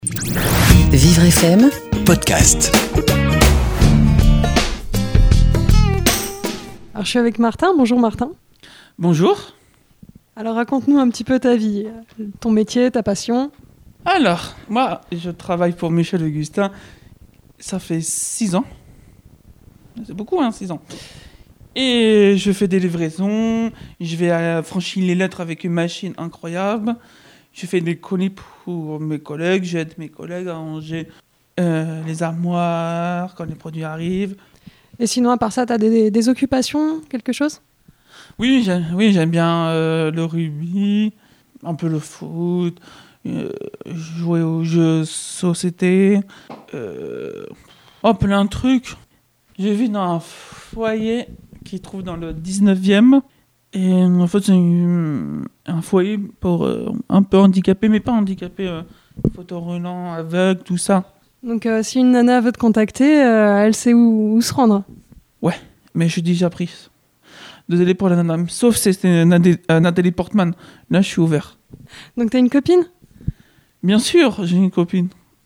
Vivre FM Podcast. Alors je suis avec Martin. Bonjour Martin. Bonjour. Alors raconte-nous un petit peu ta vie, ton métier, ta passion. Alors, moi, je travaille pour Michel Augustin. Ça fait 6 ans. C'est beaucoup, 6 ans. Et je fais des livraisons. Je vais franchir les lettres avec une machine incroyable. Je fais des colis pour mes collègues. J'aide mes collègues à ranger les armoires quand les produits arrivent. Et sinon, à part ça, tu as des occupations, quelque chose ? Oui, j'aime bien le rugby, un peu le foot, jouer aux jeux société, plein de trucs. J'ai vu dans un foyer qui se trouve dans le 19e. Et en fait, c'est un foyer pour un peu handicapé, mais pas handicapé, fauteuil roulant, aveugle, tout ça. Donc si une nana veut te contacter, elle sait où se rendre. Ouais, mais je suis déjà prise. Désolé pour la nana, sauf si c'est Nathalie Portman. Là, je suis ouvert. Donc t'as une copine ? Bien sûr, j'ai une copine.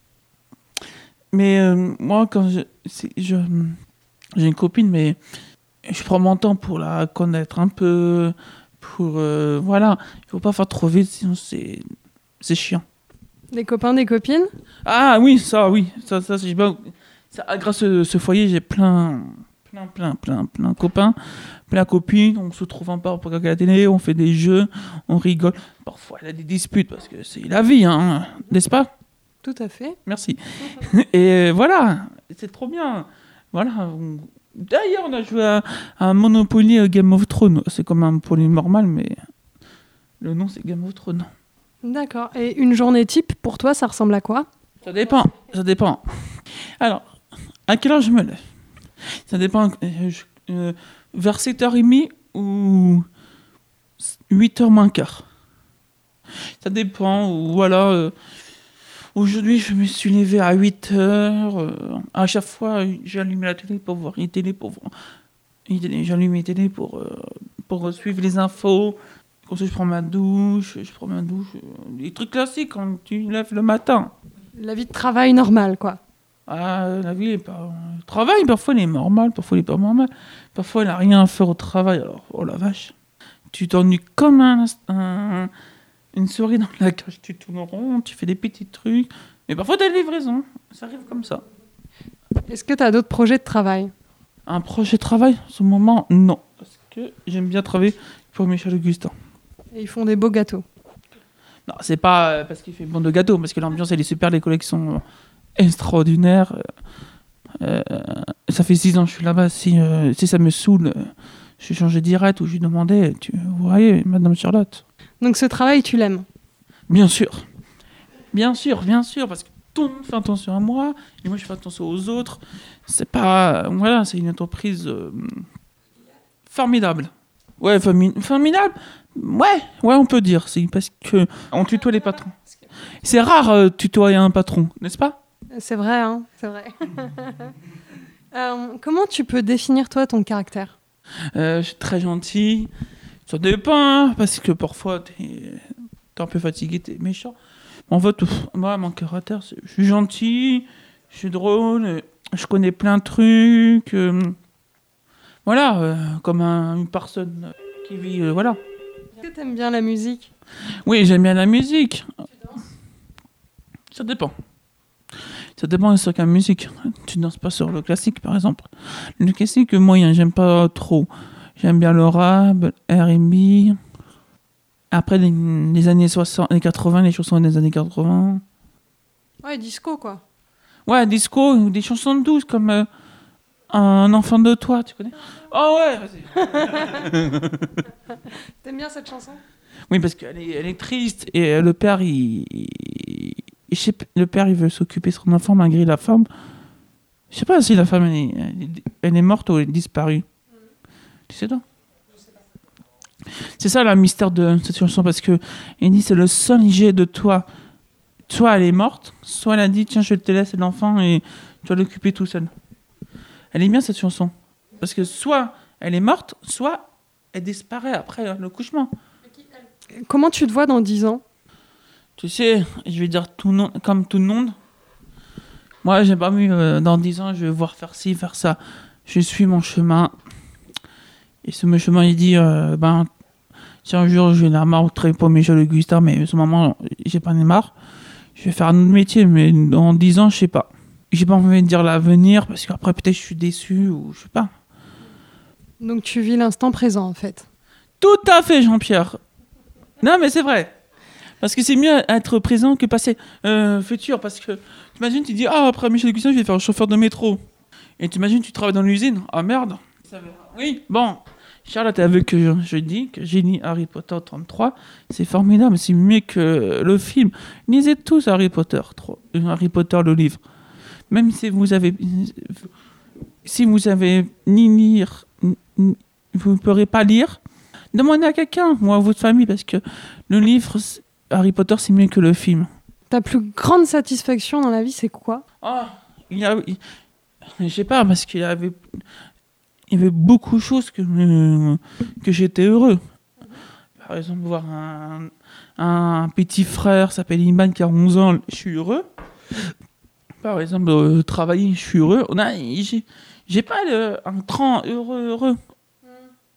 Mais moi, quand j'ai une copine, mais je prends mon temps pour la connaître un peu. Voilà, il faut pas faire trop vite, sinon c'est chiant. Des copains, des copines ? Ah oui, ça, j'ai bien. Grâce à ce foyer, j'ai plein de copains, plein de copines. On se trouve un peu pour regarder la télé, on fait des jeux, on rigole. Parfois, il y a des disputes parce que c'est la vie, n'est-ce pas ? Tout à fait. Merci. Et voilà, c'est trop bien. Voilà. D'ailleurs, on a joué à un Monopoly Game of Thrones. C'est comme un Monopoly normal, mais le nom, c'est Game of Thrones. D'accord. Et une journée type, pour toi, ça ressemble à quoi ? Ça dépend. Alors, à quelle heure je me lève ? Ça dépend. Vers 7h30 ou 8h moins quart. Ça dépend. Voilà. Aujourd'hui, je me suis levé à 8h. À chaque fois, j'allume la télé pour voir les télé. J'allume les télé pour suivre les infos. Comme ça, je prends ma douche. Les trucs classiques quand tu lèves le matin. La vie de travail normale, quoi. La vie est pas... Le travail, parfois, il est normal, parfois, il est pas normal. Parfois, il n'a rien à faire au travail. Alors, oh la vache. Tu t'ennuies comme une souris dans la cage. Tu tournes rond, tu fais des petits trucs. Mais parfois, tu as des livraisons. Ça arrive comme ça. Est-ce que tu as d'autres projets de travail ? Un projet de travail, en ce moment, non. Parce que j'aime bien travailler pour Michel Augustin. Et ils font des beaux gâteaux. Non, c'est pas parce qu'il fait bon de gâteaux, parce que l'ambiance, elle est super, les collections extraordinaires. Ça fait 6 ans que je suis là-bas. Si ça me saoule, je vais changer direct ou je lui demandais, vous voyez, Madame Charlotte. Donc ce travail, tu l'aimes ? Bien sûr, parce que tout le monde fait attention à moi, et moi je fais attention aux autres. C'est pas... Voilà, c'est une entreprise formidable. Ouais, formidable. Ouais, on peut dire. C'est parce que on tutoie les patrons. C'est rare tutoyer un patron, n'est-ce pas ? C'est vrai, c'est vrai. Comment tu peux définir, toi, ton caractère ? Je suis très gentil. Ça dépend, parce que parfois, t'es un peu fatigué, t'es méchant. En fait, moi, mon caractère, je suis gentil, je suis drôle, je connais plein de trucs. Voilà, comme une personne qui vit... voilà. Est-ce que tu aimes bien la musique ? Oui, j'aime bien la musique. Ça dépend. Ça dépend sur quelle musique. Tu danses pas sur le classique, par exemple. Le classique, moyen, j'aime pas trop. J'aime bien le rap, R&B. Après, les années 60, les 80, les chansons des années 80. Ouais, disco, quoi. Ouais, disco, ou des chansons douces, comme Un enfant de toi, tu connais ? Oh ouais, vas-y. T'aimes bien cette chanson ? Oui, parce qu'elle est triste, et le père, le père, il veut s'occuper de son enfant malgré la femme. Je sais pas si la femme, elle est morte ou elle est disparue. Tu sais, toi ? C'est ça le mystère de cette chanson, parce que il dit c'est le seul jet de toi. Soit elle est morte, soit elle a dit tiens, je te laisse l'enfant et tu vas l'occuper tout seul. Elle est bien cette chanson, parce que soit elle est morte, soit elle disparaît après le couchement. Comment tu te vois dans 10 ans ? Tu sais, je vais dire comme tout le monde. Moi, j'ai pas mis dans 10 ans, je vais voir faire ci, faire ça. Je suis mon chemin. Et ce mon chemin, il dit, si un jour j'ai la marre très pour Michel Augustin, mais à ce moment, j'ai pas marre, je vais faire un autre métier, mais dans 10 ans, je sais pas. J'ai pas envie de dire l'avenir, parce qu'après, peut-être je suis déçu, ou je sais pas. Donc tu vis l'instant présent, en fait. Tout à fait, Jean-Pierre. Non, mais c'est vrai. Parce que c'est mieux être présent que passer futur. Parce que t'imagines, tu dis, après Michel Augustin, je vais faire chauffeur de métro. Et t'imagines, tu travailles dans l'usine. Ah merde. Oui, bon. Charlotte, t'as vu que je dis que j'ai lu Harry Potter 33. C'est formidable, c'est mieux que le film. Lisez tous Harry Potter le livre. Même si vous avez ni lire, vous ne pourrez pas lire, demandez à quelqu'un, ou à votre famille, parce que le livre Harry Potter, c'est mieux que le film. Ta plus grande satisfaction dans la vie, c'est quoi ? Je sais pas, parce qu'il y avait beaucoup de choses que j'étais heureux. Par exemple, voir un petit frère s'appelle Iman qui a 11 ans, je suis heureux. Par exemple, travailler, je suis heureux. J'ai pas un train heureux. Vous voyez ?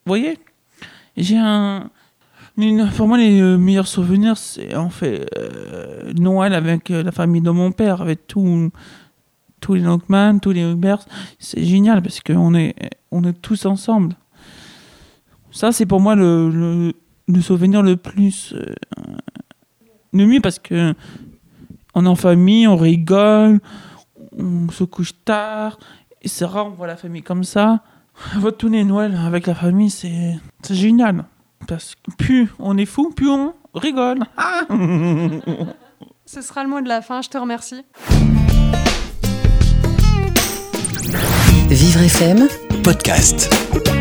Pour moi, les meilleurs souvenirs, c'est en fait Noël avec la famille de mon père, avec tous les Lockman, tous les Hubert. C'est génial parce qu'on est tous ensemble. Ça, c'est pour moi le souvenir le plus le mieux, parce que on est en famille, on rigole, on se couche tard. Et c'est rare, on voit la famille comme ça. Tous les Noëls avec la famille, c'est génial. Parce que plus on est fou, plus on rigole. Ce sera le mot de la fin, je te remercie. Vivre FM Podcast.